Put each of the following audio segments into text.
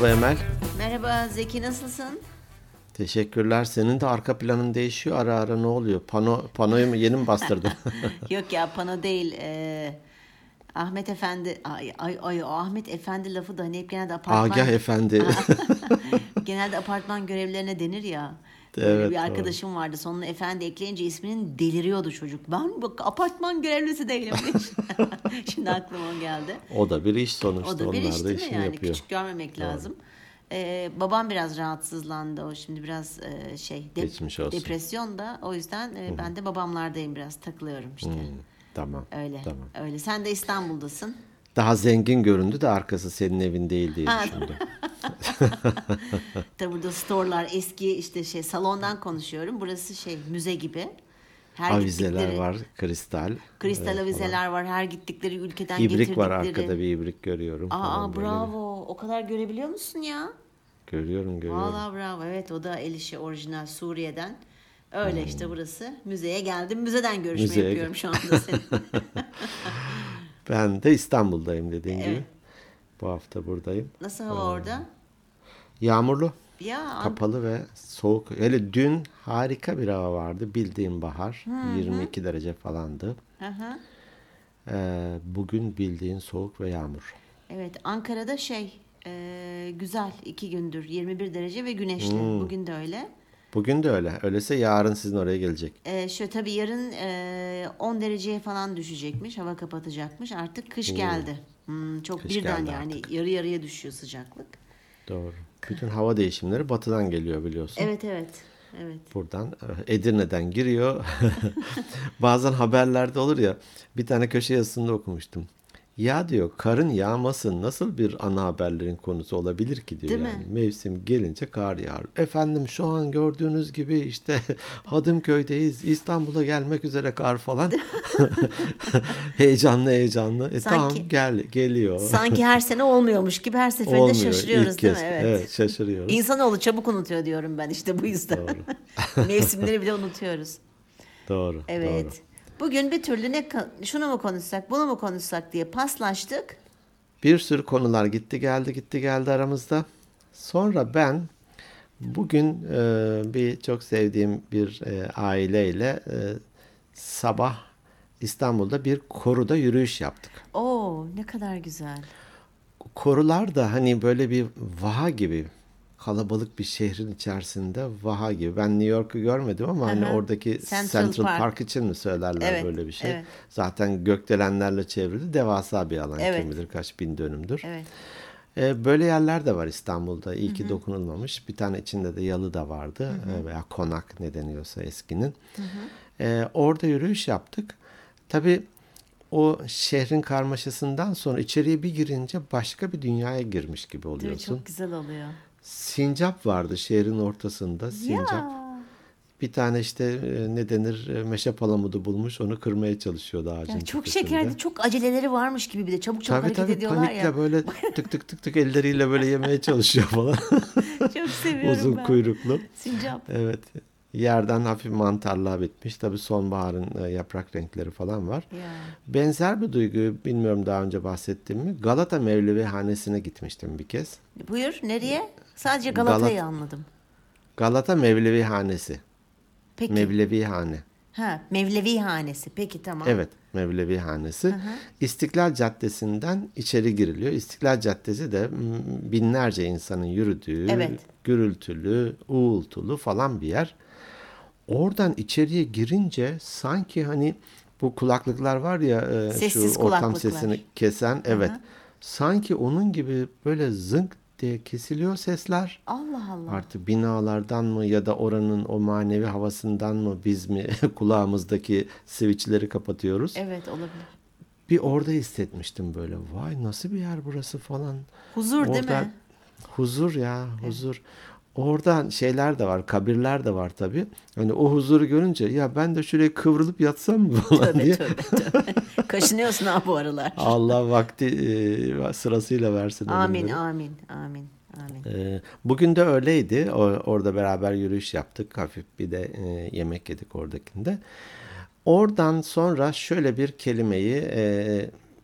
Merhaba Emel. Merhaba Zeki, nasılsın? Teşekkürler. Senin de arka planın değişiyor ara ara, ne oluyor? Panoyu mu yeni mi bastırdın? Yok ya, pano değil. Ahmet Efendi, o Ahmet Efendi lafı da hani hep genelde Agah Efendi. genelde apartman görevlilerine denir ya. Böyle bir Evet, doğru. arkadaşım vardı, sonuna efendi ekleyince isminin deliriyordu çocuk. Ben bak apartman görevlisi değilimmiş. Şimdi aklıma o geldi. O da bir iş O sonuçta. da bir Onlar iş da değil mi işini yani? yapıyor. Küçük görmemek Doğru. lazım. Babam biraz rahatsızlandı. O şimdi biraz Geçmiş olsun. depresyon da, o yüzden ben de babamlardayım, biraz takılıyorum işte. Tamam. Öyle. Tamam. Öyle. Sen de İstanbul'dasın. Daha zengin göründü de arkası senin evin değil diye Ha, düşündüm. tabii burada store'lar eski, işte salondan konuşuyorum. Burası müze gibi. Her Avizeler gittikleri var, kristal kristal falan. avizeler var. Her gittikleri ülkeden İbrik var, arkada getirdikleri. bir ibrik görüyorum falan, Aa, böyle bir bravo. O kadar görebiliyor musun ya? görüyorum. Vallahi bravo. Evet, o da el işi, orijinal Suriye'den. Öyle işte burası. Müzeye geldim. Müzeden görüşme Müzeye. yapıyorum şu anda senin. Ben de İstanbul'dayım dediğin Evet. gibi. Bu hafta buradayım. Nasıl hava orada? Yağmurlu. Ya Kapalı ve soğuk. Hele dün harika bir hava vardı. Bildiğin bahar. 22 derece falandı. hı hı. Bugün bildiğin soğuk ve yağmur. Evet, Ankara'da güzel, 2 gündür 21 derece ve güneşli. Bugün de öyle. Bugün de öyle. Öyleyse yarın sizin oraya gelecek. Tabii yarın 10 dereceye falan düşecekmiş. Hava kapatacakmış. Artık kış geldi. Çok Kış birden, geldi yani artık. yarı yarıya düşüyor sıcaklık. Doğru. Bütün hava değişimleri batıdan geliyor, biliyorsun. Evet, evet. Evet. Buradan Edirne'den giriyor. Bazen haberlerde olur ya, bir tane köşe yazısında okumuştum. Ya diyor, karın yağması nasıl bir ana haberlerin konusu olabilir ki diyor Değil yani. mi? Mevsim gelince kar yağar. Efendim şu an gördüğünüz gibi işte Hadımköy'deyiz. İstanbul'a gelmek üzere kar falan. Heyecanlı. Tamam, Sanki geliyor. sanki her sene olmuyormuş gibi her seferinde Olmuyor ilk şaşırıyoruz değil mi? kez. Evet. Evet, şaşırıyoruz. İnsanoğlu çabuk unutuyor diyorum ben, işte bu yüzden. Doğru. Mevsimleri bile unutuyoruz. Doğru. Evet. Bugün bir türlü şunu mu konuşsak, bunu mu konuşsak diye paslaştık. Bir sürü konular gitti geldi aramızda. Sonra ben bugün bir çok sevdiğim bir aileyle sabah İstanbul'da bir koruda yürüyüş yaptık. Oo, ne kadar güzel. Korular da hani böyle bir vaha gibi, kalabalık bir şehrin içerisinde vaha gibi. Ben New York'u görmedim ama Hı hani hı. oradaki Central Central Park. Park için mi söylerler Evet, böyle bir şey? evet, Zaten gökdelenlerle çevrili devasa bir alan, evet, kim bilir kaç bin dönümdür. evet. Böyle yerler de var İstanbul'da. İyi ki dokunulmamış. Bir tane içinde de yalı da vardı. Veya konak ne deniyorsa eskinin. Orada yürüyüş yaptık. Tabii o şehrin karmaşasından sonra içeriye bir girince başka bir dünyaya girmiş gibi Değil mi? oluyorsun. Çok güzel oluyor. Sincap vardı şehrin ortasında. Sincap. Ya. Bir tane işte ne denir, meşe palamudu bulmuş. Onu kırmaya çalışıyordu ağacın Ya çok tepesinde. şekerli, çok aceleleri varmış gibi, bir de çabuk çabuk hareket Tabii ediyorlar panikle ya. böyle tık tık elleriyle böyle yemeye çalışıyor falan. Çok seviyorum Uzun ben. kuyruklu. Sincap. Evet. Yerden hafif mantarlığa bitmiş. Tabii sonbaharın yaprak renkleri falan var. Ya. Benzer bir duyguyu, bilmiyorum daha önce bahsettim mi? Galata Mevlevi Hanesi'ne gitmiştim bir kez. Buyur, nereye? Sadece Galat Galata'yı anladım. Galata Mevlevi Hanesi. Peki. Mevlevi Hane. Ha, Mevlevi Hanesi. Peki, tamam. Evet, Mevlevi Hanesi. İstiklal Caddesi'nden içeri giriliyor. İstiklal Caddesi de binlerce insanın yürüdüğü, Evet. gürültülü, uğultulu falan bir yer. Oradan içeriye girince sanki hani bu kulaklıklar var ya, Sessiz şu ortam kulaklıklar. sesini kesen, evet. Sanki onun gibi böyle zınk diye kesiliyor sesler. Allah Allah. Artık binalardan mı ya da oranın o manevi havasından mı, biz mi kulağımızdaki switchleri kapatıyoruz? Evet, olabilir. Bir orada hissetmiştim böyle. Vay, nasıl bir yer burası falan. Huzur değil Orada mi? huzur ya, huzur. Oradan şeyler de var, kabirler de var tabii. Hani o huzuru görünce ya ben de şuraya kıvrılıp yatsam mı falan Tövbe diye. tövbe. Kaşınıyorsun ha bu aralar. Allah vakti sırasıyla versin Amin, ölümleri. amin, amin, amin. Bugün de öyleydi. Orada beraber yürüyüş yaptık. Hafif bir de yemek yedik oradakinde. Oradan sonra şöyle bir kelimeyi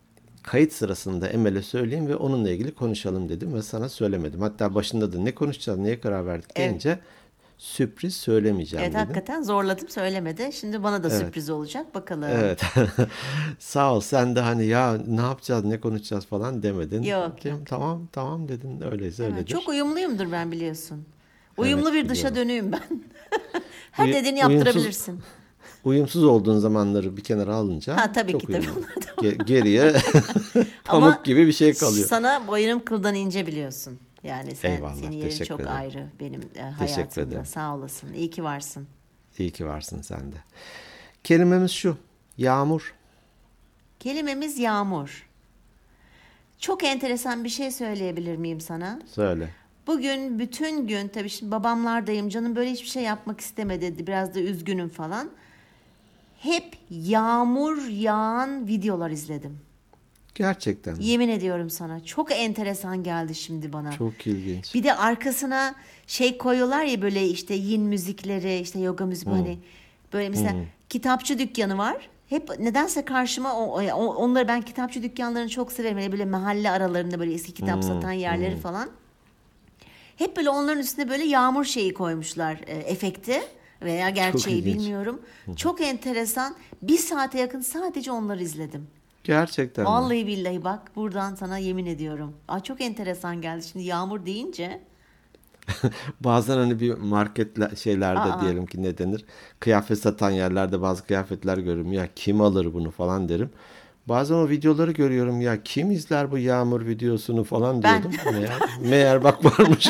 kayıt sırasında Emel'e söyleyeyim ve onunla ilgili konuşalım dedim ve sana söylemedim. Hatta başında da ne konuşacağız, neye karar verdik Evet. deyince sürpriz söylemeyeceğim Evet, dedim. hakikaten zorladım, söylemedi. Şimdi bana da sürpriz olacak. Bakalım. Evet. Sağ ol, sen de hani ya ne yapacağız, ne konuşacağız falan demedin. Yok, Dedim, tamam tamam dedin, öyleyse Evet, öyledir. çok uyumluyumdur ben, biliyorsun. Uyumlu bir dışa biliyorum. dönüğüm ben. Her Uyu- dediğini uyumsuz- yaptırabilirsin. Uyumsuz olduğun zamanları bir kenara alınca Ha, tabii çok ki, tabii. uyumlu. Geriye Ama pamuk gibi bir şey kalıyor. sana boynum kıldan ince, biliyorsun. Yani Eyvallah, senin yerin teşekkür çok ederim. ayrı benim Teşekkür hayatımda. ederim. Sağ olasın. İyi ki varsın. İyi ki varsın sen de. Kelimemiz şu. Yağmur. Kelimemiz yağmur. Çok enteresan bir şey söyleyebilir miyim sana? Söyle. Bugün bütün gün, tabii şimdi babamlardayım, canım böyle hiçbir şey yapmak istemedi, biraz da üzgünüm falan. Hep yağmur yağan videolar izledim. Gerçekten. Yemin ediyorum sana, çok enteresan geldi şimdi bana. Çok ilginç. Bir de arkasına şey koyuyorlar ya, böyle işte yin müzikleri, işte yoga müziği, hani böyle mesela kitapçı dükkanı var. Hep nedense karşıma onları, ben kitapçı dükkanlarını çok severim. Hani böyle mahalle aralarında böyle eski kitap satan yerleri falan. Hep böyle onların üstüne böyle yağmur şeyi koymuşlar, efekti veya gerçeği ilginç. bilmiyorum. Çok enteresan. Bir saate yakın sadece onları izledim. Gerçekten mi? Vallahi billahi, bak buradan sana yemin ediyorum. Çok enteresan geldi şimdi yağmur deyince. Bazen hani bir market şeylerde diyelim ki ne denir? Kıyafet satan yerlerde bazı kıyafetler görüyorum. Ya kim alır bunu falan derim. Bazen o videoları görüyorum. Ya kim izler bu yağmur videosunu falan Ben. diyordum. Meğer bak varmış.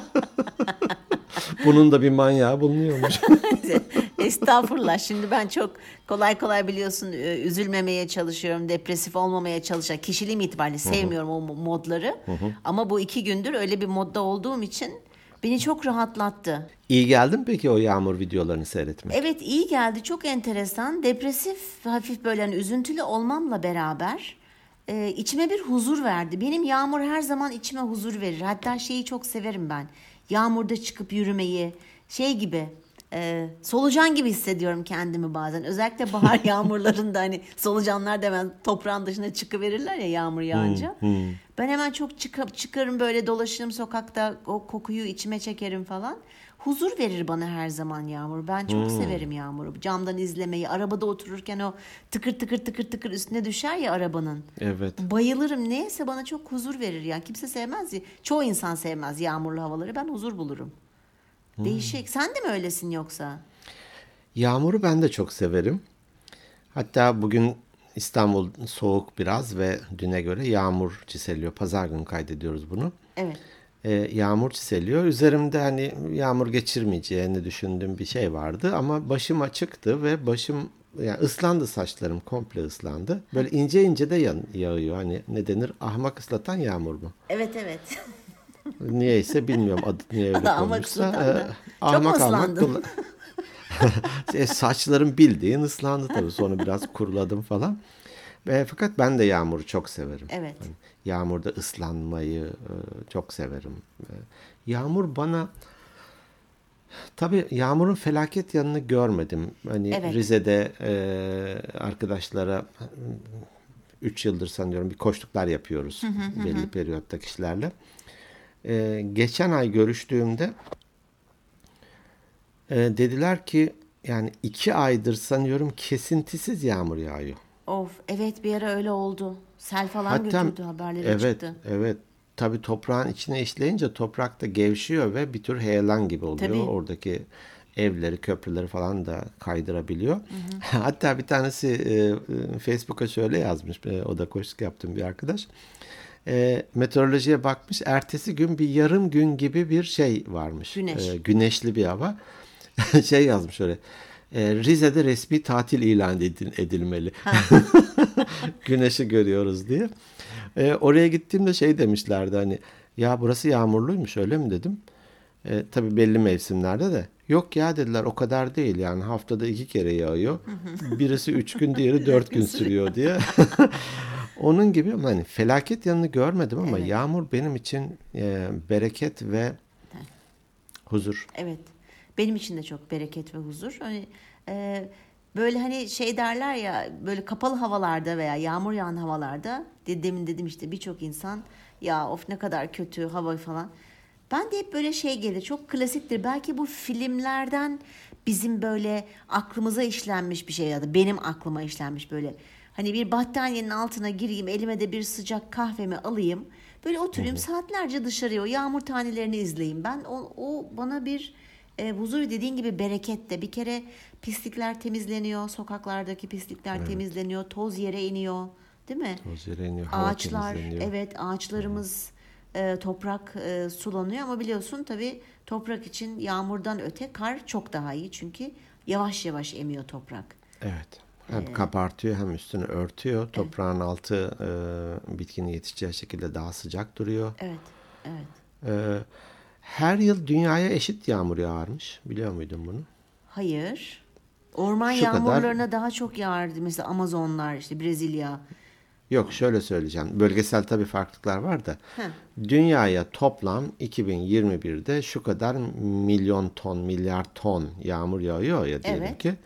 Bunun da bir manyağı bulunuyormuş. Estağfurullah. Şimdi ben çok kolay kolay, biliyorsun, üzülmemeye çalışıyorum. Depresif olmamaya çalışıyorum. Kişiliğim itibariyle sevmiyorum o modları. Ama bu 2 gündür öyle bir modda olduğum için beni çok rahatlattı. İyi geldi mi peki o yağmur videolarını seyretmek? Evet, iyi geldi. Çok enteresan. Depresif, hafif böyle hani üzüntülü olmamla beraber içime bir huzur verdi. Benim yağmur her zaman içime huzur verir. Hatta şeyi çok severim ben. Yağmurda çıkıp yürümeyi, şey gibi, solucan gibi hissediyorum kendimi bazen. Özellikle bahar yağmurlarında, hani solucanlar da hemen toprağın dışına çıkıverirler ya yağmur yağınca. Ben hemen çok çıkarım, böyle dolaşırım sokakta, o kokuyu içime çekerim falan. Huzur verir bana her zaman yağmur. Ben çok severim yağmuru. Camdan izlemeyi, arabada otururken o tıkır tıkır tıkır tıkır üstüne düşer ya arabanın. Evet. Bayılırım. Neyse, bana çok huzur verir ya. Kimse sevmez ya. Çoğu insan sevmez yağmurlu havaları. Ben huzur bulurum. Değişik. Sen de mi öylesin yoksa? Yağmuru ben de çok severim. Hatta bugün İstanbul soğuk biraz ve düne göre yağmur çiseliyor. Pazar günü kaydediyoruz bunu. Evet. Yağmur çiseliyor. Üzerimde hani yağmur geçirmeyeceğini düşündüğüm bir şey vardı ama başım açıktı ve yani ıslandı, saçlarım komple ıslandı. Böyle ince ince de yağıyor. Hani ne denir? Ahmak ıslatan yağmur mu? Evet, evet. Niyeyse bilmiyorum adı niye öyle Ahmak konmuşsa. ıslatan da. Çok mu Ahmak ıslandın? saçlarım bildiğin ıslandı tabii. Sonra biraz kuruladım falan. Fakat ben de yağmuru çok severim. Evet. Yani yağmurda ıslanmayı çok severim. Yağmur bana, tabii yağmurun felaket yanını görmedim. Hani Evet. Rize'de arkadaşlara 3 yıldır sanıyorum bir koçluklar yapıyoruz belli periyotta kişilerle. Geçen ay görüştüğümde dediler ki yani 2 aydır sanıyorum kesintisiz yağmur yağıyor. Of, evet, bir ara öyle oldu. Sel falan götürdü, haberleri evet, çıktı. evet. Tabii toprağın içine işleyince toprak da gevşiyor ve bir tür heyelan gibi oluyor. Tabii. Oradaki evleri, köprüleri falan da kaydırabiliyor. Hatta bir tanesi Facebook'a şöyle yazmış. O da koçluk yaptığım bir arkadaş. Meteorolojiye bakmış. Ertesi gün bir yarım gün gibi bir şey varmış. Güneş. Güneşli bir hava. Şey yazmış öyle. Rize'de resmi tatil ilan edilmeli. Güneşi görüyoruz diye. Oraya gittiğimde şey demişlerdi hani ya burası yağmurluymuş öyle mi dedim. Tabii belli mevsimlerde de. Yok ya dediler, o kadar değil yani haftada 2 kere yağıyor. Birisi 3 gün, diğeri 4 gün sürüyor diye. Onun gibi hani felaket yanını görmedim ama Evet. yağmur benim için bereket ve huzur. Evet. Benim için de çok bereket ve huzur. Hani, Böyle hani şey derler ya, böyle kapalı havalarda veya yağmur yağan havalarda, demin dedim işte, birçok insan ya of ne kadar kötü hava falan. Ben de hep böyle şey gelir, çok klasiktir. Belki bu filmlerden bizim böyle aklımıza işlenmiş bir şey, ya da benim aklıma işlenmiş böyle. Hani bir battaniyenin altına gireyim, elime de bir sıcak kahvemi alayım. Böyle oturayım saatlerce dışarıya o yağmur tanelerini izleyeyim. Ben o bana bir huzur, dediğin gibi bereket de. Bir kere pislikler temizleniyor, sokaklardaki pislikler temizleniyor, toz yere iniyor, değil mi? Toz yere iniyor, hava Ağaçlar, temizleniyor. evet, ağaçlarımız, toprak sulanıyor ama biliyorsun tabii toprak için yağmurdan öte kar çok daha iyi, çünkü yavaş yavaş emiyor toprak. Evet. Hem kabartıyor hem üstünü örtüyor. Toprağın altı bitkinin yetişeceği şekilde daha sıcak duruyor. Evet, evet. E, Her yıl dünyaya eşit yağmur yağarmış. Biliyor muydun bunu? Hayır. Orman Şu kadar. yağmurlarına daha çok yağardı. Mesela Amazonlar, işte Brezilya. Yok, şöyle söyleyeceğim. Bölgesel tabii farklılıklar var da. Heh. Dünyaya toplam 2021'de şu kadar milyon ton, milyar ton yağmur yağıyor ya diyelim Evet. ki.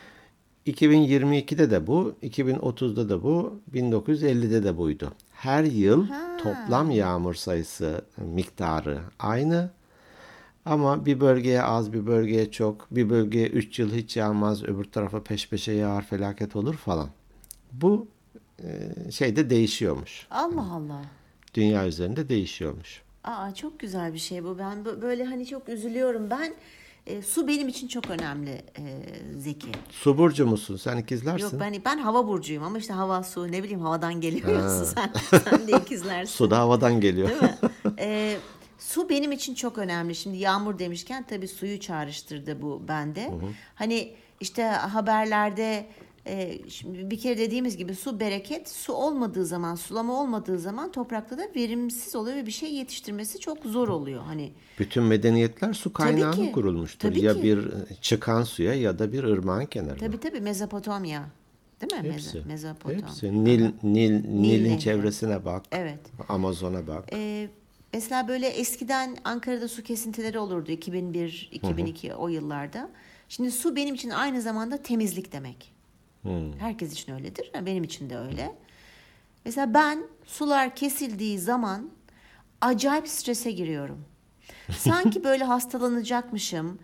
2022'de de bu, 2030'da da bu, 1950'de de buydu. Her yıl toplam yağmur sayısı, miktarı aynı. Ama bir bölgeye az, bir bölgeye çok, bir bölgeye 3 yıl hiç yağmaz, öbür tarafa peş peşe yağar, felaket olur falan. Bu şeyde değişiyormuş. Allah Allah. Dünya üzerinde değişiyormuş. Aa, çok güzel bir şey bu. Ben böyle hani çok üzülüyorum. Ben su benim için çok önemli, Zeki. Su burcu musun? Sen Yok, ikizlersin. ben hava burcuyum ama işte hava, su, ne bileyim, havadan geliyorsun sen de ikizlersin. Su da havadan geliyor. Değil mi? Su benim için çok önemli. Şimdi yağmur demişken tabii suyu çağrıştırdı bu bende. Hani işte haberlerde, şimdi bir kere dediğimiz gibi su bereket. Su olmadığı zaman, sulama olmadığı zaman toprakta da verimsiz oluyor ve bir şey yetiştirmesi çok zor oluyor. Hani Bütün medeniyetler su kaynağına ki. kurulmuştur. Tabii Ya ki. bir çıkan suya ya da bir ırmağın kenarına. tabii Mezopotamya, değil mi? Hepsi. Mezopotamya. Hepsi. Nil'in Nehri. çevresine bak. Evet. Amazon'a bak. Mesela böyle eskiden Ankara'da su kesintileri olurdu, 2001, 2002 o yıllarda. Şimdi su benim için aynı zamanda temizlik demek. Herkes için öyledir. Benim için de öyle. Mesela ben sular kesildiği zaman acayip strese giriyorum. Sanki böyle hastalanacakmışım.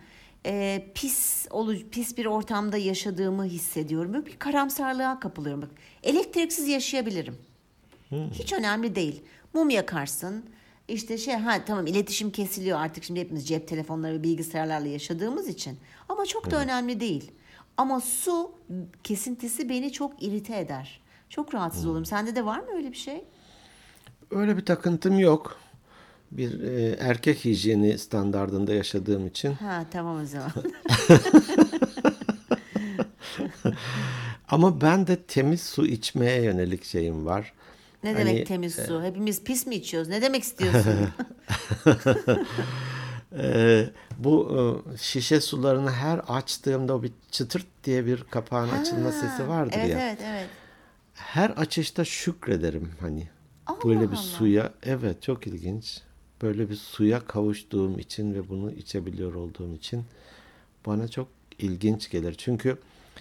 Pis bir ortamda yaşadığımı hissediyorum. Böyle bir karamsarlığa kapılıyorum. Bak, elektriksiz yaşayabilirim. Hiç önemli değil. Mum yakarsın. İşte tamam, iletişim kesiliyor artık, şimdi hepimiz cep telefonları ve bilgisayarlarla yaşadığımız için. Ama çok da önemli değil. Ama su kesintisi beni çok irite eder. Çok rahatsız olurum. Sende de var mı öyle bir şey? Öyle bir takıntım yok. Bir erkek hijyeni standardında yaşadığım için. Ha, tamam o zaman. Ama ben de temiz su içmeye yönelik şeyim var. Ne Hani, demek temiz su? Hepimiz pis mi içiyoruz? Ne demek istiyorsun? Bu şişe sularını her açtığımda o bir çıtırt diye bir kapağın açılma sesi vardır Evet, ya. evet. Her açışta şükrederim hani. Allah Böyle bir Allah. suya, evet, çok ilginç. Böyle bir suya kavuştuğum için ve bunu içebiliyor olduğum için bana çok ilginç gelir. Çünkü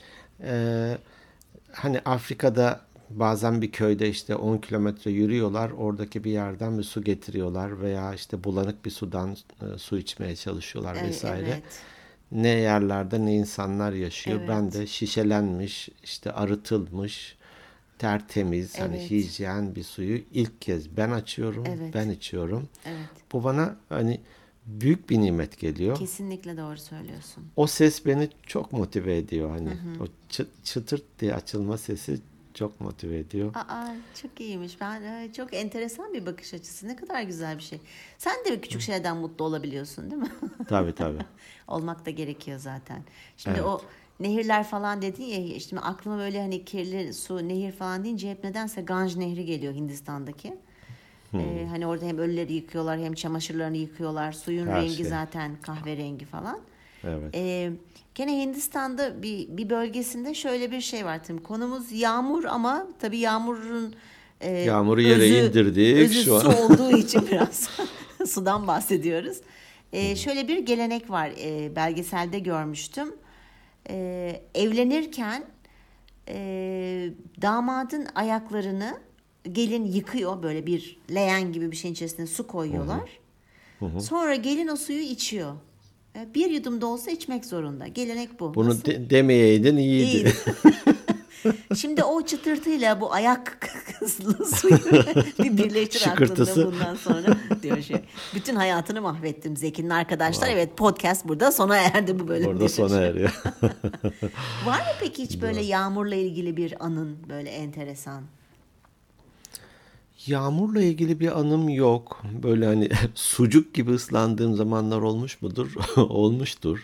hani Afrika'da bazen bir köyde işte 10 kilometre yürüyorlar, oradaki bir yerden bir su getiriyorlar veya işte bulanık bir sudan su içmeye çalışıyorlar vesaire. Evet. Ne yerlerde ne insanlar yaşıyor. Evet. Ben de şişelenmiş, işte arıtılmış, tertemiz, hani Evet. hijyen bir suyu ilk kez ben açıyorum, Evet. ben içiyorum. Evet. Bu bana hani büyük bir nimet geliyor. Kesinlikle doğru söylüyorsun. O ses beni çok motive ediyor hani. O çıtırt diye açılma sesi çok motive ediyor. Aa, çok iyiymiş. Çok enteresan bir bakış açısı. Ne kadar güzel bir şey. Sen de bir küçük şeylerden mutlu olabiliyorsun, değil mi? Tabii. Olmak da gerekiyor zaten. Şimdi Evet. o nehirler falan dedin ya, işte aklıma böyle hani kirli su, nehir falan deyince hep nedense Ganj Nehri geliyor, Hindistan'daki. Hani orada hem ölüleri yıkıyorlar hem çamaşırlarını yıkıyorlar. Suyun Her rengi şey. zaten kahverengi falan. Evet. Gene Hindistan'da bir bölgesinde şöyle bir şey var. Tabii konumuz yağmur ama tabii yağmurun Yağmuru yere indirdik özü şu an. su olduğu için biraz sudan bahsediyoruz. Şöyle bir gelenek var. Belgeselde görmüştüm. Evlenirken damadın ayaklarını gelin yıkıyor, böyle bir leğen gibi bir şeyin içerisine su koyuyorlar. Sonra gelin o suyu içiyor. Bir yudum da olsa içmek zorunda. Gelenek bu. Bunu demeyeydin iyiydi. İyiydi. Şimdi o çıtırtıyla bu ayak suyu bir birleştir aklında bundan sonra diyor şey. Bütün hayatını mahvettim Zeki'nin arkadaşlar. Evet, podcast burada sona erdi bu bölüm. Burada sona eriyor. Var mı peki hiç böyle yağmurla ilgili bir anın böyle enteresan? Yağmurla ilgili bir anım yok. Böyle hani sucuk gibi ıslandığım zamanlar olmuş mudur? Olmuştur.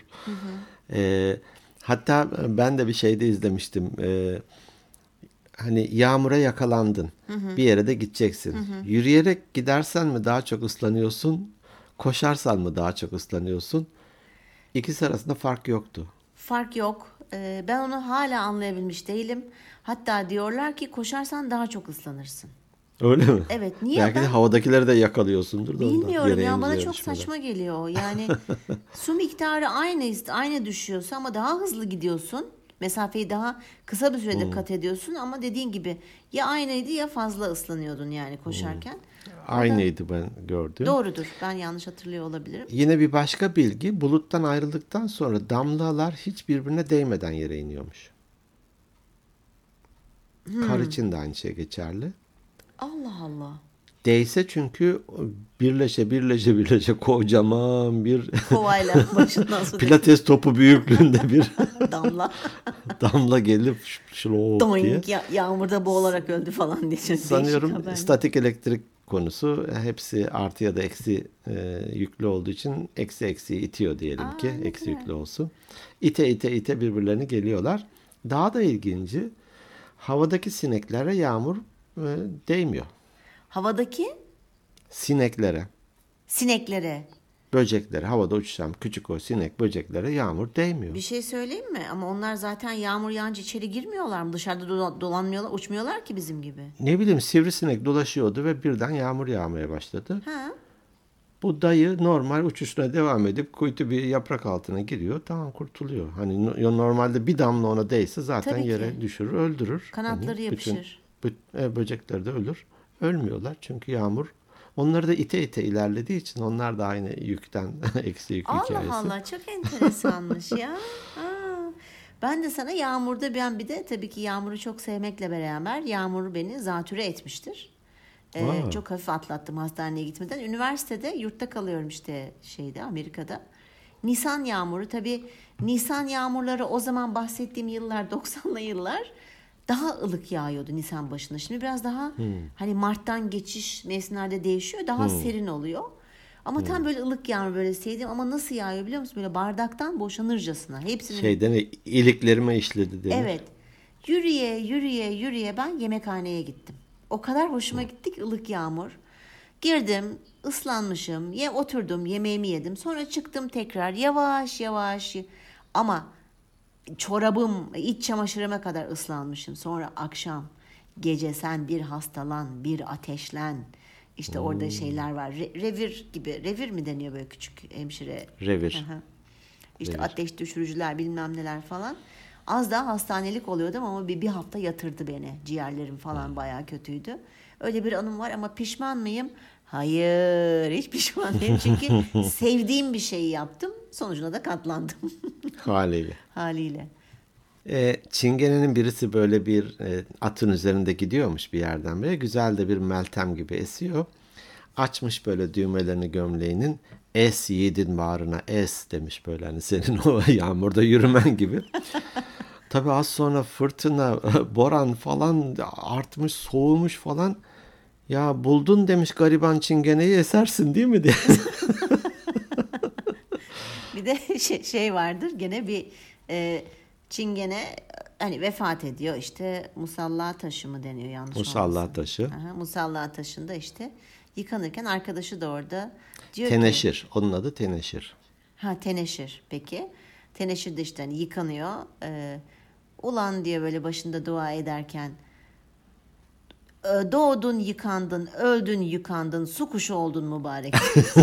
Hatta ben de bir şeyde izlemiştim. Hani yağmura yakalandın. Bir yere de gideceksin. Yürüyerek gidersen mi daha çok ıslanıyorsun? Koşarsan mı daha çok ıslanıyorsun? İkisi arasında fark yoktu. Fark yok. Ben onu hala anlayabilmiş değilim. Hatta diyorlar ki koşarsan daha çok ıslanırsın. Öyle mi? Evet. Niye? Belki de havadakileri de yakalıyorsundur da bilmiyorum ya, bana çok saçma geliyor. Yani su miktarı aynı düşüyorsa ama daha hızlı gidiyorsun. Mesafeyi daha kısa bir sürede kat ediyorsun ama dediğin gibi ya aynıydı ya fazla ıslanıyordun yani koşarken. Aynıydı ben gördüm. Doğrudur. Ben yanlış hatırlıyor olabilirim. Yine bir başka bilgi, buluttan ayrıldıktan sonra damlalar hiç birbirine değmeden yere iniyormuş. Kar için de aynı şey geçerli. Allah Allah. Değse çünkü birleşe kocaman bir kovayla başından su pilates topu büyüklüğünde bir damla gelip şlop diye. Yağmurda boğularak öldü falan diye. Sanıyorum statik elektrik konusu hepsi artı ya da eksi yüklü olduğu için eksiyi itiyor diyelim ki. Eksi yüklü olsun. İte birbirlerine geliyorlar. Daha da ilginci, havadaki sineklere yağmur değmiyor. Havadaki? Sineklere. Böceklere, havada uçuşan küçük o sinek böceklere yağmur değmiyor. Bir şey söyleyeyim mi? Ama onlar zaten yağmur yağınca içeri girmiyorlar mı? Dışarıda dolanmıyorlar, uçmuyorlar ki bizim gibi. Ne bileyim, sivrisinek dolaşıyordu ve birden yağmur yağmaya başladı. Ha. Bu dayı normal uçuşuna devam edip kuytu bir yaprak altına giriyor. Tamam, kurtuluyor. Hani normalde bir damla ona değse zaten yere düşürür, öldürür. Kanatları yapışır. Bütün böcekler de ölür. Ölmüyorlar çünkü yağmur onları da ite ilerlediği için onlar da aynı yükten eksi yük hikayesi. Allah Allah, çok enteresanmış ya. Ben de sana yağmurda bir de tabii ki yağmuru çok sevmekle beraber yağmur beni zatüre etmiştir. Çok hafif atlattım hastaneye gitmeden. Üniversitede yurtta kalıyorum işte Amerika'da. Nisan yağmuru, tabii Nisan yağmurları o zaman bahsettiğim yıllar 90'lı yıllar daha ılık yağıyordu Nisan başında. Şimdi biraz daha hani Mart'tan geçiş mevsimlerde değişiyor. Daha serin oluyor. Ama tam böyle ılık yağmur böyle sevdim ama nasıl yağıyor biliyor musun? Böyle bardaktan boşanırcasına. Hepsinin iliklerime işledi denir. Evet. Yürüye ben yemekhaneye gittim. O kadar hoşuma gitti ki ılık yağmur. Girdim, ıslanmışım. Oturdum, yemeğimi yedim. Sonra çıktım tekrar yavaş ama çorabım, iç çamaşırıma kadar ıslanmışım. Sonra akşam, gece sen bir hastalan, bir ateşlen. İşte orada şeyler var. Revir gibi. Revir mi deniyor böyle küçük hemşire? Revir. İşte Revir. ateş düşürücüler bilmem neler falan. Az daha hastanelik oluyordum ama bir hafta yatırdı beni. Ciğerlerim falan bayağı kötüydü. Öyle bir anım var ama pişman mıyım? Hayır, hiç pişman değilim. Çünkü sevdiğim bir şeyi yaptım. Sonucuna da katlandım. Haliyle. Çingene'nin birisi böyle bir atın üzerinde gidiyormuş bir yerden beri. Güzel de bir meltem gibi esiyor. Açmış böyle düğmelerini gömleğinin. Es yiğidin bağrına es demiş böyle, hani senin o yağmurda yürümen gibi. Tabii az sonra fırtına, boran falan artmış, soğumuş falan. Ya buldun demiş gariban Çingene'yi, esersin değil mi diye. Bir de şey vardır gene bir Çingene hani vefat ediyor, işte musalla taşı mı deniyor yanlış Musalla taşı. Musalla taşında işte yıkanırken arkadaşı da orada diyor Teneşir. ki, onun adı Teneşir. Teneşir peki. Teneşir de işte hani yıkanıyor. Ulan diye böyle başında dua ederken doğdun yıkandın, öldün yıkandın, su kuşu oldun mübarek.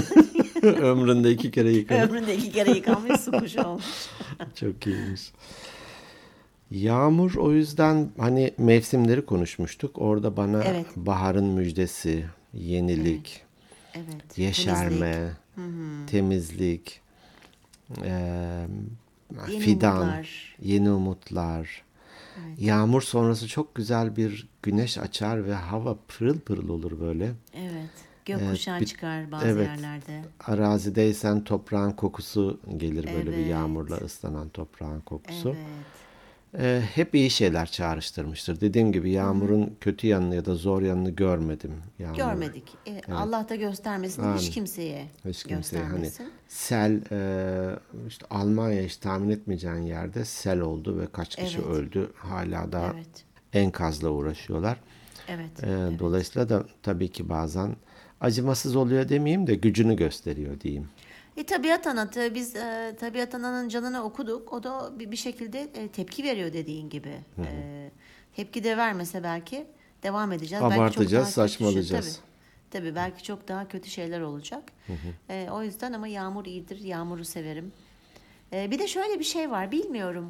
Ömründe 2 kere yıkanmış. Ömründe 2 kere yıkanmış, su kuşu olmuş. Çok iyiymiş. Yağmur o yüzden hani mevsimleri konuşmuştuk. Orada bana Evet, baharın müjdesi, evet, yenilik, evet. Temizlik, yeşerme, temizlik, eee, yeni fidan, umutlar. yeni umutlar. Evet, Yağmur sonrası çok güzel bir güneş açar ve hava pırıl pırıl olur böyle. evet. Eee, Gökkuşağı bir- çıkar bazı evet, yerlerde. arazideysen toprağın kokusu gelir böyle bir yağmurla Evet, ıslanan toprağın kokusu. evet. Hep iyi şeyler çağrıştırmıştır. Dediğim gibi yağmurun kötü yanını ya da zor yanını görmedim yağmurun. Görmedik. Evet. Allah da göstermesin, hiç Amin. kimseye Hiç kimseye hani göstermesin. sel işte Almanya hiç tahmin etmeyeceğin yerde sel oldu ve kaç kişi Evet, öldü. Hala da evet, enkazla uğraşıyorlar. evet, evet. Dolayısıyla da tabii ki bazen acımasız oluyor demeyeyim de gücünü gösteriyor diyeyim. Tabiat anası, biz tabiat ananın canını okuduk. O da bir şekilde tepki veriyor dediğin gibi. Tepki de vermese belki devam edeceğiz. Belki çok Abartacağız, daha kötü şey. Tabii. saçmalayacağız. Tabii belki çok daha kötü şeyler olacak. O yüzden ama yağmur iyidir. Yağmuru severim. Bir de şöyle bir şey var. Bilmiyorum.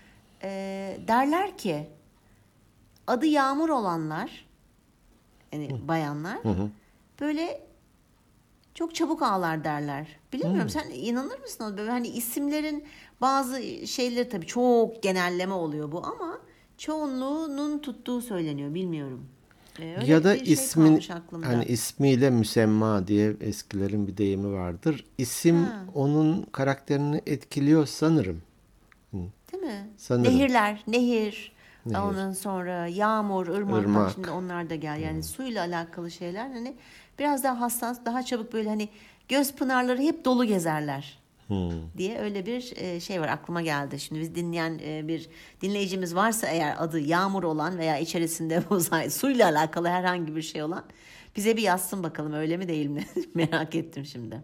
Derler ki adı Yağmur olanlar, yani bayanlar böyle çok çabuk ağlar derler. Bilmiyorum, sen inanır mısın? Böyle hani isimlerin bazı şeyleri, tabii çok genelleme oluyor bu ama çoğunluğunun tuttuğu söyleniyor. Bilmiyorum. Ya Öyle da bir şey ismin kalmış hani aklımda. ismiyle müsemma diye eskilerin bir deyimi vardır. İsim Ha, onun karakterini etkiliyor sanırım. Hı, değil mi? sanırım. Nehirler, nehir, Nehir, ondan sonra yağmur, ırmak, bak şimdi ırmak. onlar da gel. Yani suyla alakalı şeyler hani biraz daha hassas, daha çabuk, böyle hani göz pınarları hep dolu gezerler diye öyle bir şey var, aklıma geldi. Şimdi biz dinleyen bir dinleyicimiz varsa eğer, adı Yağmur olan veya içerisinde uzay suyla alakalı herhangi bir şey olan, bize bir yazsın bakalım, öyle mi değil mi? Merak ettim şimdi.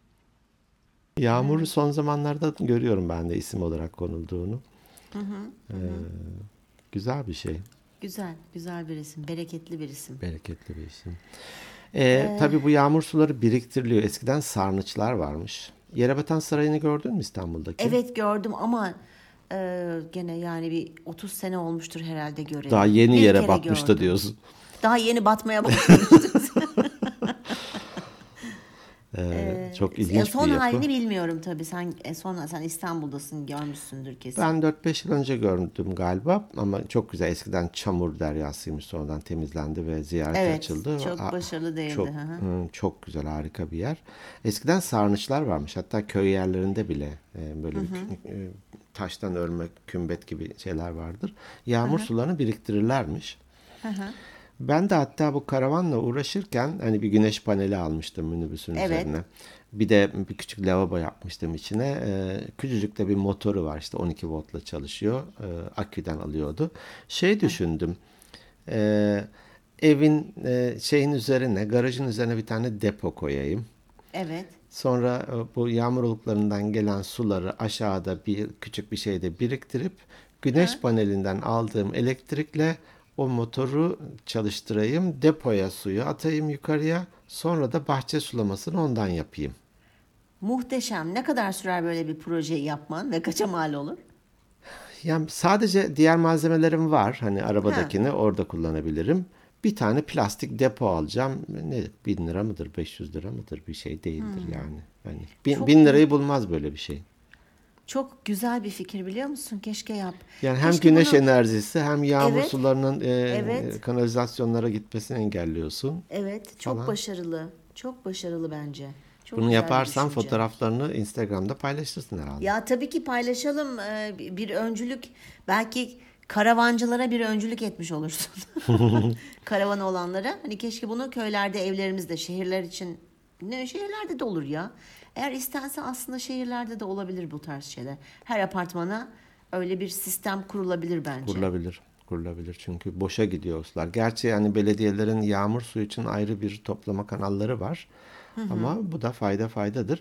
Yağmur'u son zamanlarda görüyorum ben de isim olarak konulduğunu. Güzel bir şey. Güzel, güzel bir isim, bereketli bir isim. Bereketli bir isim. Tabii bu yağmur suları biriktiriliyor. Eskiden sarnıçlar varmış. Yerebatan Sarayı'nı gördün mü İstanbul'daki? Evet, gördüm ama gene yani bir 30 sene olmuştur herhalde Daha göreli. yeni Bir yere kere batmıştı gördüm. diyorsun. Daha yeni batmaya başlamıştı. Çok ilginç bir Son yapı. halini bilmiyorum tabii. Sen İstanbul'dasın, görmüşsündür kesin. Ben 4-5 yıl önce gördüm galiba ama çok güzel. Eskiden çamur deryasıymış, sonradan temizlendi ve ziyarete Evet, açıldı. çok başarılı değildi. Çok Hı hı. çok güzel, harika bir yer. Eskiden sarnıçlar varmış. Hatta köy yerlerinde bile böyle taştan örme, kümbet gibi şeyler vardır. Yağmur sularını biriktirirlermiş. Hı hı. Ben de hatta bu karavanla uğraşırken hani bir güneş paneli almıştım minibüsün Evet. üzerine. Bir de bir küçük lavabo yapmıştım içine. Küçücük de bir motoru var, işte 12 voltla çalışıyor. Aküden alıyordu. Şey düşündüm. Ee, evin şeyin üzerine, garajın üzerine bir tane depo koyayım. Evet. Sonra bu yağmurluklarından gelen suları aşağıda bir küçük bir şeyde biriktirip güneş Ha. panelinden aldığım elektrikle o motoru çalıştırayım, depoya suyu atayım yukarıya, sonra da bahçe sulamasını ondan yapayım. Muhteşem. Ne kadar sürer böyle bir projeyi yapman ve kaça mal olur? Yani sadece diğer malzemelerim var. Hani Ha. arabadakini orada kullanabilirim. Bir tane plastik depo alacağım. Ne, 1.000 lira mıdır, 500 lira mıdır, bir şey değildir yani. Yani Çok bin mu lirayı bulmaz böyle bir şey. Çok güzel bir fikir, biliyor musun? Keşke yap. Yani hem Keşke güneş bunu, enerjisi hem yağmur evet, sularının evet, kanalizasyonlara gitmesini engelliyorsun evet. Çok falan. başarılı. Çok başarılı bence. Çok Bunu güzel bir yaparsan düşünce. fotoğraflarını Instagram'da paylaşırsın herhalde. Ya tabii ki paylaşalım. Bir öncülük, belki karavancılara bir öncülük etmiş olursun. Karavanı olanlara. Hani keşke bunu köylerde, evlerimizde, şehirler için, ne şehirlerde de olur ya. Eğer istense aslında şehirlerde de olabilir bu tarz şeyler. Her apartmana öyle bir sistem kurulabilir bence. Kurulabilir. Kurulabilir çünkü boşa gidiyor o sular. Gerçi yani belediyelerin yağmur suyu için ayrı bir toplama kanalları var. Ama bu da faydadır.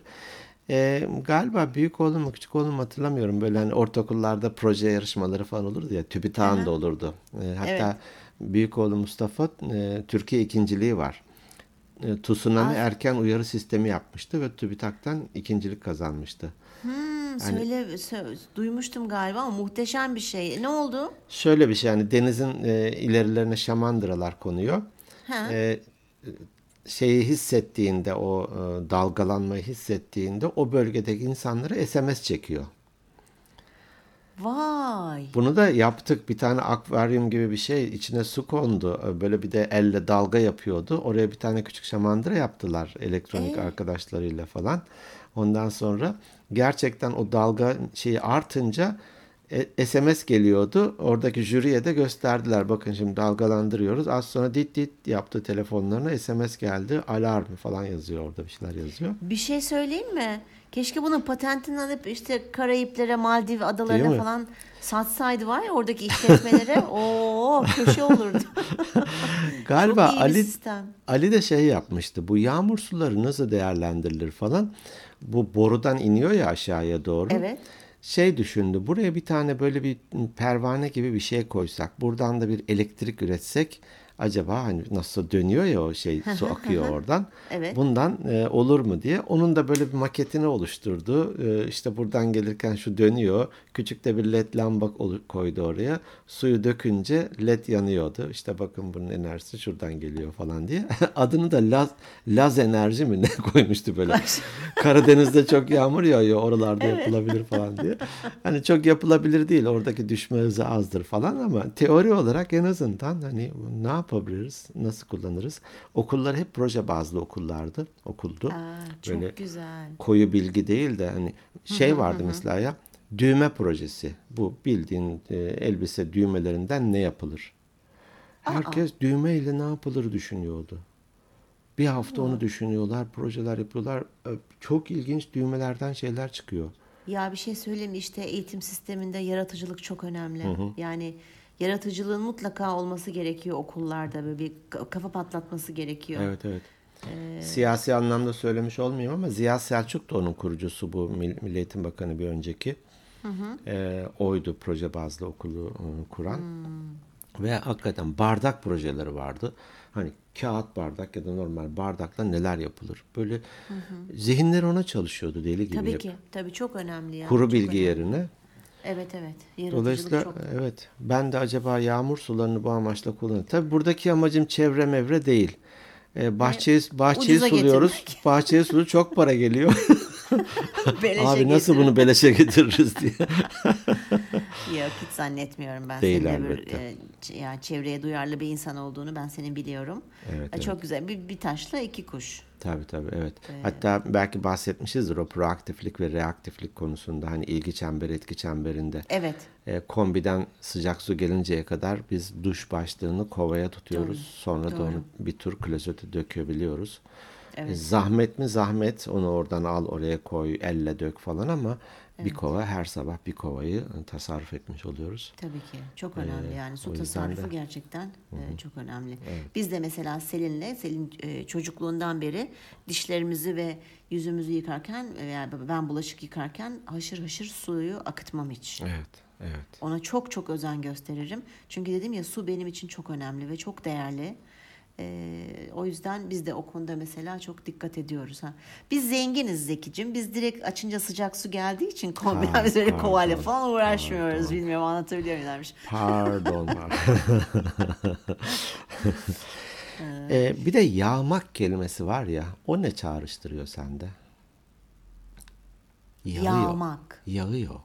Galiba büyük oğlum mu küçük oğlum mu hatırlamıyorum. Böyle hani ortaokullarda proje yarışmaları falan olurdu ya. TÜBİTAK'ın da olurdu. Evet. Hatta büyük oğlum Mustafa Türkiye ikinciliği var. Tsunami Az, erken uyarı sistemi yapmıştı ve TÜBİTAK'tan ikincilik kazanmıştı. Hani Duymuştum galiba ama muhteşem bir şey. Ne oldu? şöyle bir şey, yani denizin ilerilerine şamandıralar konuyor. Ha? E, Şeyi hissettiğinde, o dalgalanmayı hissettiğinde o bölgedeki insanlara SMS çekiyor. Vay. Bunu da yaptık. Bir tane akvaryum gibi bir şey, içine su kondu. Böyle bir de elle dalga yapıyordu. Oraya bir tane küçük şamandıra yaptılar elektronik E, arkadaşlarıyla falan. Ondan sonra gerçekten o dalga şeyi artınca SMS geliyordu. Oradaki jüriye de gösterdiler. Bakın şimdi dalgalandırıyoruz. Az sonra dit dit yaptı telefonlarına. SMS geldi. Alarm falan yazıyor, orada bir şeyler yazıyor. Bir şey söyleyeyim mi? Keşke bunun patentini alıp işte Karayiplere, Maldiv Değil adalarına mi? falan satsaydı var ya oradaki işletmelere. Oo, köşe olurdu. Galiba Çok iyi bir sistem. Ali de şey yapmıştı. Bu yağmur suları nasıl değerlendirilir falan. Bu borudan iniyor ya aşağıya doğru. Evet. Şey düşündü. Buraya bir tane böyle bir pervane gibi bir şey koysak, buradan da bir elektrik üretsek, acaba hani nasıl dönüyor ya o şey, su akıyor oradan. Evet. Bundan olur mu diye. Onun da böyle bir maketini oluşturdu. İşte buradan gelirken şu dönüyor. Küçük de bir led lamba koydu oraya. Suyu dökünce led yanıyordu. İşte bakın bunun enerjisi şuradan geliyor falan diye. Adını da Laz enerji mi ne koymuştu böyle. Karadeniz'de çok yağmur yağıyor, oralarda yapılabilir falan diye. Hani çok yapılabilir değil. Oradaki düşme hızı azdır falan ama teori olarak en azından hani ne yapabiliriz? Nasıl kullanırız? Okullar hep proje bazlı okuldu. Aa, Böyle çok güzel. koyu bilgi değil de hani şey vardı mesela ya, düğme projesi. Bu bildiğin elbise düğmelerinden ne yapılır? Aa, Herkes düğme ile ne yapılır düşünüyordu. Bir hafta onu aa. düşünüyorlar, projeler yapıyorlar. Çok ilginç düğmelerden şeyler çıkıyor. Ya bir şey söyleyeyim mi? İşte eğitim sisteminde yaratıcılık çok önemli. Yani yaratıcılığın mutlaka olması gerekiyor okullarda. Böyle bir kafa patlatması gerekiyor. Evet, evet. Siyasi anlamda söylemiş olmayayım ama Ziya Selçuk da onun kurucusu, bu Milli Eğitim Bakanı bir önceki. Oydu proje bazlı okulu kuran. Ve hakikaten bardak projeleri vardı. Hani kağıt bardak ya da normal bardakla neler yapılır. Böyle zihinleri ona çalışıyordu deli gibi Tabii hep. ki. Tabii çok önemli ya. Kuru Çok bilgi önemli. yerine. Evet evet. Yaratıcılık Dolayısıyla çok. evet, ben de acaba yağmur sularını bu amaçla kullanıyorum. Tabii buradaki amacım çevre mevre değil. Ne? Bahçeyi Ucuza suluyoruz. getirmek. Bahçeye sulu çok para geliyor. Beleşe Abi nasıl getirin. bunu beleşe getiririz diye. Yok hiç zannetmiyorum ben Değil senin de bir elbette. yani çevreye duyarlı bir insan olduğunu ben senin biliyorum. Evet, evet. Çok güzel. Bir taşla iki kuş. Tabii tabii, evet. Hatta belki bahsetmişizdir o proaktiflik ve reaktiflik konusunda, hani ilgi çemberi etki çemberinde. Evet. Kombiden sıcak su gelinceye kadar biz duş başlığını kovaya tutuyoruz. Doğru. Sonra da Doğru. onu bir tur klozete dökebiliyoruz. Evet. Zahmet mi zahmet, onu oradan al oraya koy, elle dök falan ama bir kova, her sabah bir kovayı tasarruf etmiş oluyoruz. Tabii ki. Çok önemli yani su O yüzden tasarrufu de gerçekten çok önemli. Biz de mesela Selin çocukluğundan beri dişlerimizi ve yüzümüzü yıkarken veya ben bulaşık yıkarken haşır haşır suyu akıtmam hiç. evet, evet. Ona çok çok özen gösteririm. Çünkü dedim ya su benim için çok önemli ve çok değerli. O yüzden biz de o konuda mesela çok dikkat ediyoruz. Ha. Biz zenginiz Zekicim. Biz direkt açınca sıcak su geldiği için kombina biz öyle kovayla falan uğraşmıyoruz. Bilmiyorum anlatabiliyor muyumlarmış. Pardon. Bir de yağmak kelimesi var ya, o ne çağrıştırıyor sende? Yağıyor. Yağmak. Yağıyor.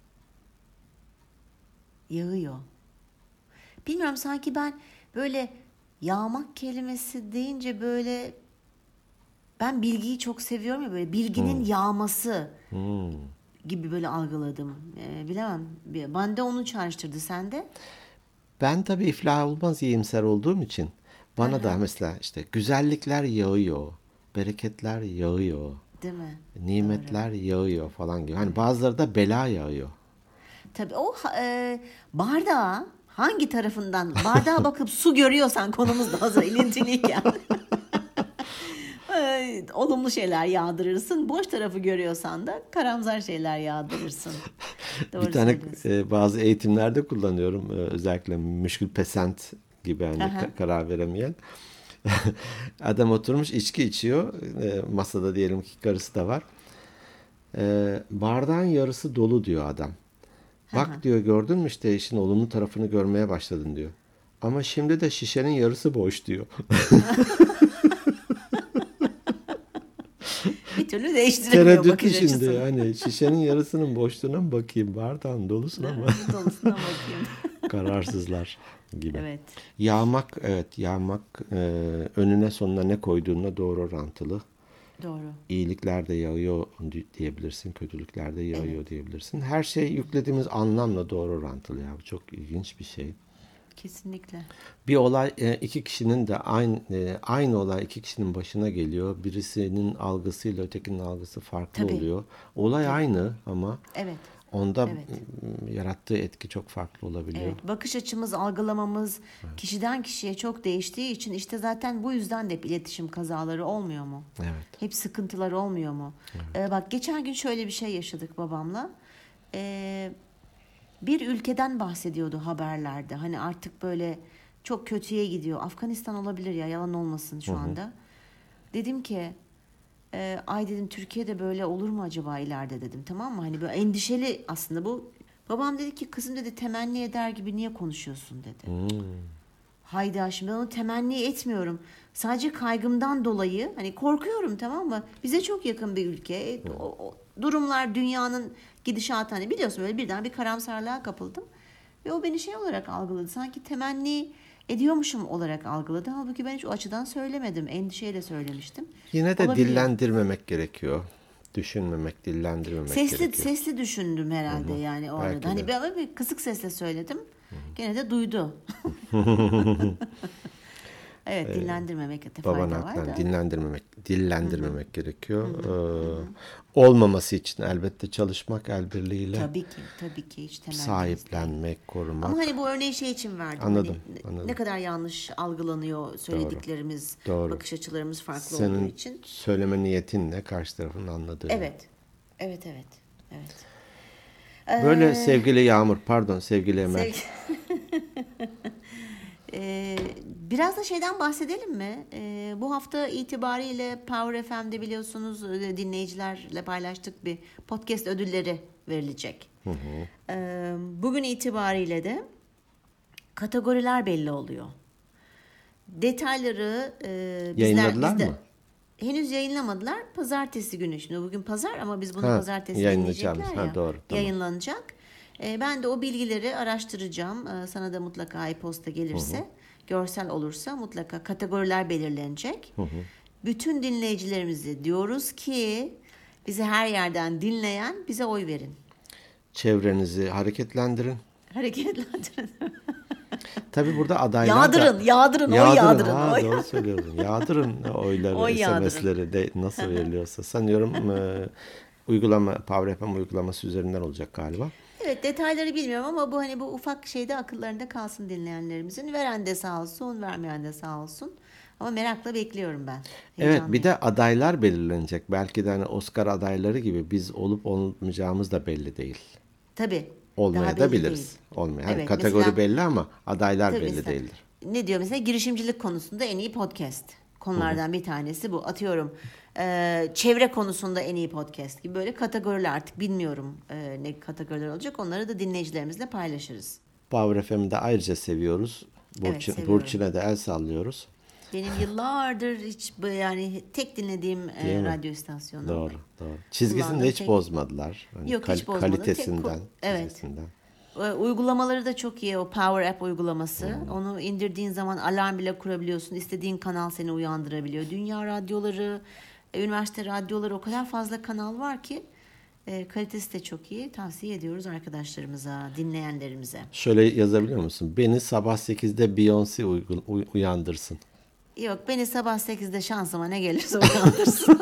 Yağıyor. Bilmiyorum sanki ben böyle yağmak kelimesi deyince böyle ben bilgiyi çok seviyorum ya böyle bilginin yağması gibi böyle algıladım. Bilemem. Ben de onu çağrıştırdı sende. Ben tabii iflah olmaz iyimser olduğum için bana da mesela işte güzellikler yağıyor, bereketler yağıyor, Değil mi? nimetler yağıyor falan gibi. Hani bazıları da bela yağıyor. Tabii o bardağa hangi tarafından bardağa bakıp su görüyorsan konumuz da hazır ilintiliyken olumlu şeyler yağdırırsın. Boş tarafı görüyorsan da karamsar şeyler yağdırırsın. Doğru Bir tane söylüyorsun. bazı eğitimlerde kullanıyorum. Özellikle müşkül pesent gibi, hani Aha. karar veremeyen. Adam oturmuş içki içiyor. Masada diyelim ki karısı da var. Bardağın yarısı dolu diyor adam. Bak diyor, gördün mü işte işin olumlu tarafını görmeye başladın diyor. Ama şimdi de şişenin yarısı boş diyor. Bir türlü değiştiremiyor Tereddütlü bakış şimdi açısını. yani şişenin yarısının boşluğuna mı bakayım, bardağın dolusuna mı? Dolusuna bakayım. Kararsızlar gibi. Evet. Yağmak, evet, yağmak önüne sonuna ne koyduğunla doğru orantılı. Doğru. İyilikler de yağıyor diyebilirsin, kötülükler de yağıyor diyebilirsin. Her şey yüklediğimiz anlamla doğru orantılı ya. Bu çok ilginç bir şey. Kesinlikle. Bir olay iki kişinin de aynı olay iki kişinin başına geliyor. Birisinin algısıyla ötekinin algısı farklı Tabii. oluyor. Olay aynı ama Evet. onda Evet. yarattığı etki çok farklı olabiliyor. Evet, bakış açımız, algılamamız kişiden kişiye çok değiştiği için işte zaten bu yüzden de hep iletişim kazaları olmuyor mu? Evet. Hep sıkıntılar olmuyor mu? Bak geçen gün şöyle bir şey yaşadık babamla. Bir ülkeden bahsediyordu haberlerde. Hani artık böyle çok kötüye gidiyor. Afganistan olabilir ya, yalan olmasın şu anda. Dedim ki ay dedim, Türkiye'de böyle olur mu acaba ileride dedim, tamam mı? Hani böyle endişeli aslında bu. Babam dedi ki kızım dedi, temenni eder gibi niye konuşuyorsun dedi. Hayda, şimdi ben onu temenni etmiyorum. Sadece kaygımdan dolayı hani korkuyorum, tamam mı? Bize çok yakın bir ülke. O durumlar, dünyanın gidişatı, hani biliyorsun, böyle birden bir karamsarlığa kapıldım. Ve o beni şey olarak algıladı. Sanki temenni ediyormuşum olarak algıladı. Halbuki ben hiç o açıdan söylemedim. Endişeyle söylemiştim. Yine de Olabiliyor. dillendirmemek gerekiyor. Düşünmemek, dillendirmemek gerekiyor. Sesli düşündüm herhalde yani o Belki arada. Hani de. ben bir kısık sesle söyledim. Gene de duydu. Evet, dillendirmemekte Baban fayda var haklı. da. Dillendirmemek gerekiyor. Olmaması için elbette çalışmak, el birliğiyle Tabii ki hiç temenni sahiplenmek, korumak. Ama hani bu örneği şey için verdim. Anladım, Hani anladım. ne kadar yanlış algılanıyor söylediklerimiz, Doğru. bakış açılarımız farklı olduğu Senin için. söyleme niyetinle karşı tarafın anladığı. Evet. Böyle sevgili Yağmur, pardon sevgili Emel. Biraz da şeyden bahsedelim mi? Bu hafta itibariyle Power FM'de biliyorsunuz dinleyicilerle paylaştık, bir podcast ödülleri verilecek. Bugün itibariyle de kategoriler belli oluyor. Detayları Yayınladılar bizde mı? henüz yayınlamadılar. Pazartesi günü, şimdi bugün pazar ama biz bunu pazartesi yayınlayacağımız. dinleyecekler ya. Doğru, tamam. Yayınlanacak. Ben de o bilgileri araştıracağım. Sana da mutlaka e-posta gelirse, görsel olursa mutlaka kategoriler belirlenecek. Bütün dinleyicilerimize diyoruz ki bizi her yerden dinleyen bize oy verin. Çevrenizi hareketlendirin. Hareketlendirin. Tabii burada adaylar Yağdırın, oy yağdırın. Ha, Oy. doğru söylüyorsun. Yağdırın oyları, Oy yağdırın. SMS'leri de nasıl veriliyorsa. Sanıyorum Power FM uygulaması üzerinden olacak galiba. Evet, detayları bilmiyorum ama bu hani bu ufak şeyde akıllarında kalsın dinleyenlerimizin. Veren de sağ olsun, vermeyen de sağ olsun. Ama merakla bekliyorum ben. Evet, bir de adaylar belirlenecek. Belki de hani Oscar adayları gibi biz olup olmayacağımız da belli değil. Tabii. Olmaya da biliriz. Olmaya. Evet, kategori mesela, belli ama adaylar tabii belli mesela, değildir. Ne diyor mesela, girişimcilik konusunda en iyi podcast. Konulardan bir tanesi bu. Atıyorum çevre konusunda en iyi podcast gibi böyle kategoriler, artık bilmiyorum ne kategoriler olacak. Onları da dinleyicilerimizle paylaşırız. Power FM'i de ayrıca seviyoruz. seviyorum. Burçin'e de el sallıyoruz. Benim yıllardır hiç yani tek dinlediğim radyo istasyonu. Doğru. Çizgisini de hiç bozmadılar. Hani Yok, hiç bozmadı. Kalitesinden, Evet. çizgisinden. Uygulamaları da çok iyi. O Power App uygulaması. Onu indirdiğin zaman alarm bile kurabiliyorsun. İstediğin kanal seni uyandırabiliyor. Dünya radyoları, üniversite radyoları, o kadar fazla kanal var ki kalitesi de çok iyi. Tavsiye ediyoruz arkadaşlarımıza, dinleyenlerimize. Şöyle yazabiliyor musun? Beni sabah 8'de Beyoncé uyandırsın. Yok, beni sabah 8'de şansıma ne gelirse uyandırsın.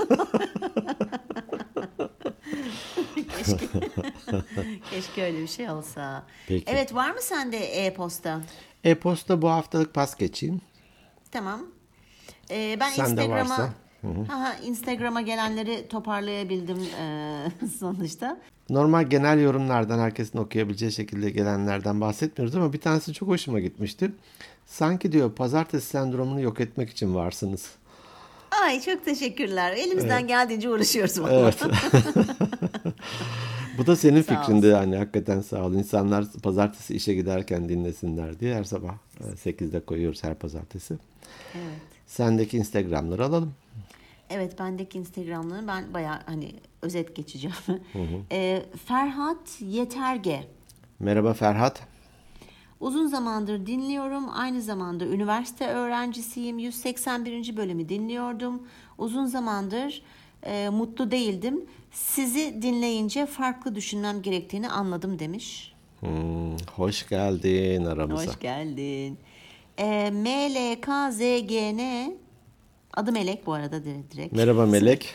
Keşke öyle bir şey olsa. Peki. Evet, var mı sende e-posta? E-posta bu haftalık pas geçeyim. Tamam. Ben Sende varsa. Instagram'a gelenleri toparlayabildim sonuçta. Normal genel yorumlardan, herkesin okuyabileceği şekilde gelenlerden bahsetmiyoruz ama bir tanesi çok hoşuma gitmişti. Sanki diyor pazartesi sendromunu yok etmek için varsınız. Ay çok teşekkürler. Elimizden geldiğince uğraşıyoruz valla. Evet. Bu da senin Sağ fikrindi yani, hakikaten sağ ol. İnsanlar pazartesi işe giderken dinlesinler diye her sabah 8'de koyuyoruz her pazartesi. Evet. Sendeki Instagram'ları alalım. Evet, bendeki Instagram'ları ben bayağı hani özet geçeceğim. Ferhat Yeterge. Merhaba Ferhat. Uzun zamandır dinliyorum. Aynı zamanda üniversite öğrencisiyim. 181. bölümü dinliyordum. Uzun zamandır mutlu değildim. Sizi dinleyince farklı düşünmem gerektiğini anladım demiş. Hoş geldin aramıza. Hoş geldin. MLKZGN, adı Melek bu arada direkt. Merhaba Melek.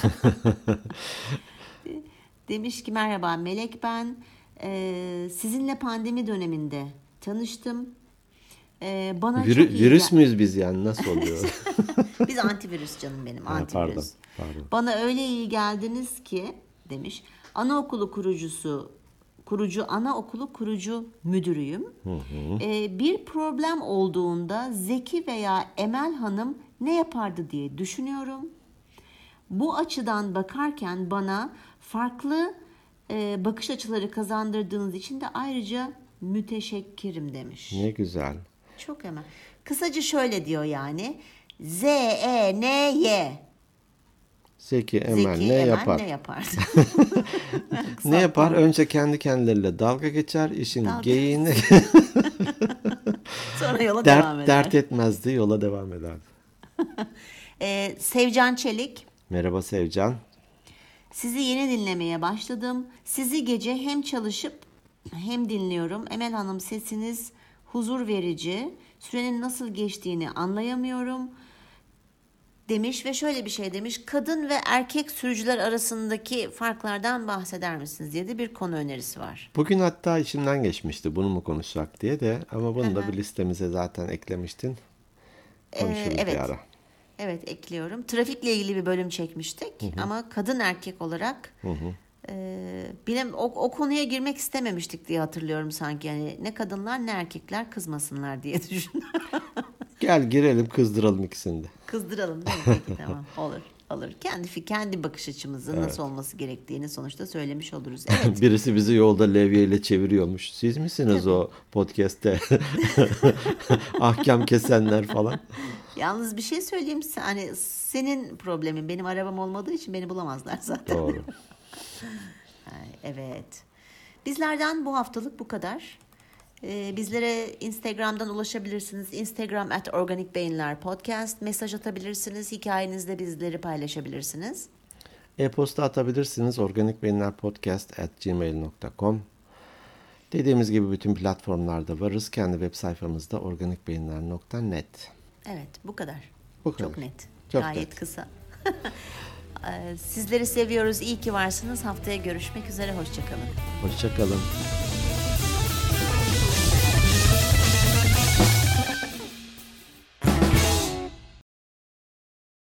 Demiş ki merhaba Melek ben. Sizinle pandemi döneminde tanıştım. Bana çok iyi Virüs müyüz biz yani, nasıl oluyor? Biz antivirüs canım benim, antivirüs. Pardon. Bana öyle iyi geldiniz ki demiş. Anaokulu kurucu müdürüyüm. Bir problem olduğunda Zeki veya Emel Hanım ne yapardı diye düşünüyorum. Bu açıdan bakarken bana farklı bakış açıları kazandırdığınız için de ayrıca müteşekkirim demiş. Ne güzel. Çok hemen. Kısaca şöyle diyor yani. Z-E-N-Y. Zeki Emel ne yapar? Ne yapardı? Ne yapar? Önce kendi kendileriyle dalga geçer. İşin geyiğini Sonra yola devam eder. dert etmezdi. Yola devam ederdi. Sevcan Çelik. Merhaba Sevcan. Sizi yeni dinlemeye başladım. Sizi gece hem çalışıp hem dinliyorum. Emel Hanım sesiniz huzur verici. Sürenin nasıl geçtiğini anlayamıyorum demiş ve şöyle bir şey demiş. Kadın ve erkek sürücüler arasındaki farklardan bahseder misiniz diye de bir konu önerisi var. Bugün hatta içimden geçmişti bunu mu konuşsak diye de, ama bunu da bir listemize zaten eklemiştin. Konuşuruz Evet. bir ara. Evet, ekliyorum. Trafikle ilgili bir bölüm çekmiştik ama kadın erkek olarak o konuya girmek istememiştik diye hatırlıyorum sanki. Yani ne kadınlar ne erkekler kızmasınlar diye düşünüyorum. Gel girelim, kızdıralım ikisini de. Kızdıralım değil mi? Peki tamam, olur. Kendi bakış açımızın nasıl olması gerektiğini sonuçta söylemiş oluruz. Evet. Birisi bizi yolda levyeyle çeviriyormuş. Siz misiniz o podcast'te ahkam kesenler falan? Yalnız bir şey söyleyeyim. Hani senin problemin, benim arabam olmadığı için beni bulamazlar zaten. Doğru. Evet. Bizlerden bu haftalık bu kadar. Bizlere Instagram'dan ulaşabilirsiniz. Instagram @organikbeyinlerpodcast. Mesaj atabilirsiniz. Hikayenizde bizleri paylaşabilirsiniz. E-posta atabilirsiniz. organikbeyinlerpodcast@gmail.com. Dediğimiz gibi bütün platformlarda varız. Kendi web sayfamızda organikbeyinler.net. Evet, bu kadar. Bu kadar. Çok net. Çok Gayet net. kısa. Sizleri seviyoruz. İyi ki varsınız. Haftaya görüşmek üzere. Hoşça kalın. Hoşça kalın.